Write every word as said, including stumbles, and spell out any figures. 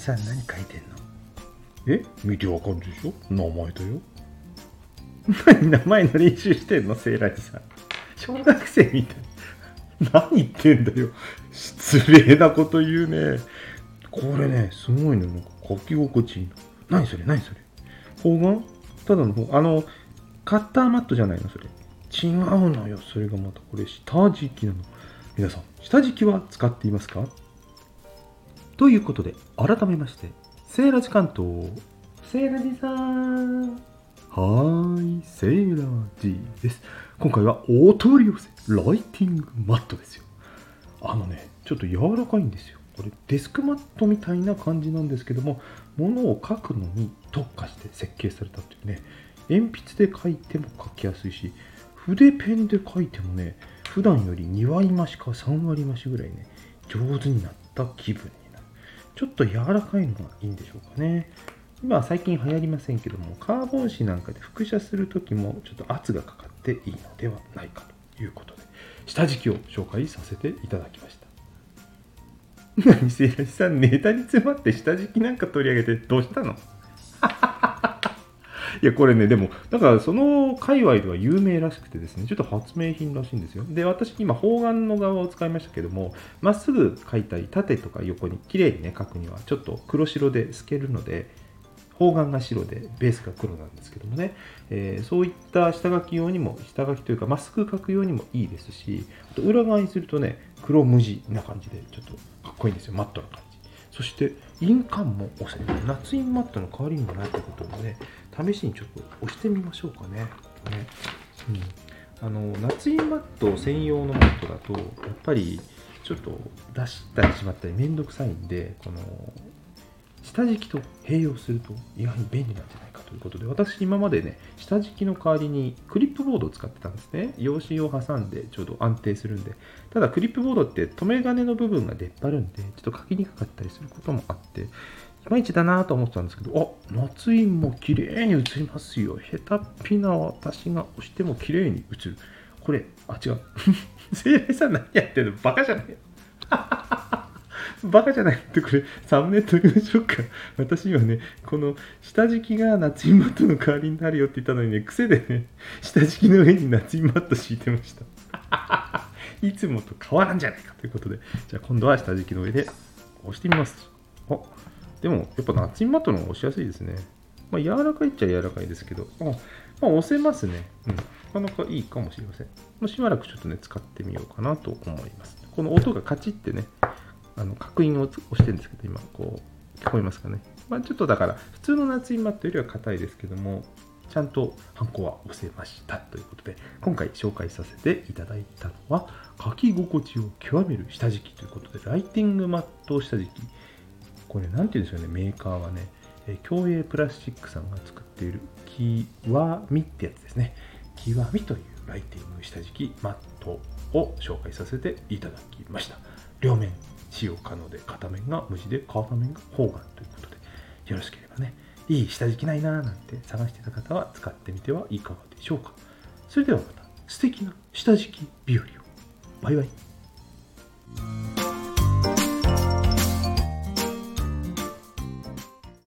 さん何書いてんの？え、見てわかるでしょ、名前だよ。何名前の練習してんの、セイラジさん。小学生みたい。何言ってんだよ。失礼なこと言うね。これね、すごいの、なんか書き心地いいの。何それ何それ。方眼？ただの方、あの、カッターマットじゃないの、それ。違うのよ、それがまたこれ下敷きなの。皆さん、下敷きは使っていますか？ということで、改めまして、セーラジ関東、セーラジさん。はーい、セーラジです。今回はお取り寄せ、ライティングマットですよ。あのね、ちょっと柔らかいんですよ。これデスクマットみたいな感じなんですけども、物を書くのに特化して設計されたというね、鉛筆で書いても書きやすいし、筆ペンで書いてもね、普段よりに割増しかさん割増しぐらいね、上手になった気分になる。ちょっと柔らかいのがいいんでしょうかね。今は最近流行りませんけども、カーボン紙なんかで複写するときもちょっと圧がかかっていいのではないかということで、下敷きを紹介させていただきました。何、せいらじさん、ネタに詰まって下敷きなんか取り上げてどうしたの？いや、これね、でも、だからその界隈では有名らしくてですね、ちょっと発明品らしいんですよ。で、私、今、方眼の側を使いましたけども、まっすぐ描いたり、縦とか横に綺麗にね、描くには、ちょっと黒白で透けるので、方眼が白で、ベースが黒なんですけどもね、えー、そういった下書き用にも、下書きというか、まっすぐ描く用にもいいですし、あと裏側にするとね、黒無地な感じで、ちょっとかっこいいんですよ、マットな感じ。そして、印鑑も押せる。夏印マットの代わりにもなるということでね、試しにちょっと押してみましょうかね。ね、うん、あの夏印マット専用のマットだと、やっぱりちょっと出したりしまったりめんどくさいんで、この下敷きと併用すると意外に便利なんじゃないかということで、私今までね、下敷きの代わりにクリップボードを使ってたんですね。用紙を挟んでちょうど安定するんで。ただクリップボードって留め金の部分が出っ張るんで、ちょっと書きにくかったりすることもあって、いまいちだなと思ってたんですけど、あ、夏印も綺麗に映りますよ。下手っぴな私が押しても綺麗に映る。これ、あ、違う。せいらいさん何やってるの？バカじゃないバカじゃないって、これサムネ撮りましょうか。私今ね、この下敷きが夏印マットの代わりになるよって言ったのにね、癖でね、下敷きの上に夏印マット敷いてました。いつもと変わらんじゃないかということで、じゃあ今度は下敷きの上で押してみます。あ、でもやっぱ夏印マットの方が押しやすいですね。まあ柔らかいっちゃ柔らかいですけど、あ、まあ、押せますね。うん。なかなかいいかもしれません。まあ、しばらくちょっとね、使ってみようかなと思います。この音がカチってね、あの角印を押してるんですけど、今こう聞こえますかね。まあ、ちょっとだから普通の夏印マットよりは硬いですけども、ちゃんとハンコは押せましたということで、今回紹介させていただいたのは、書き心地を極める下敷きということで、ライティングマット下敷き。これなんて言うんですよね、メーカーはね、共栄プラスチックさんが作っている極みってやつですね。極みというライティング下敷きマットを紹介させていただきました。両面使用可能で、片面が無地で片面が方眼ということで、よろしければね、いい下敷きないなーなんて探していた方は使ってみてはいかがでしょうか。それではまた素敵な下敷き日和を。バイバイ。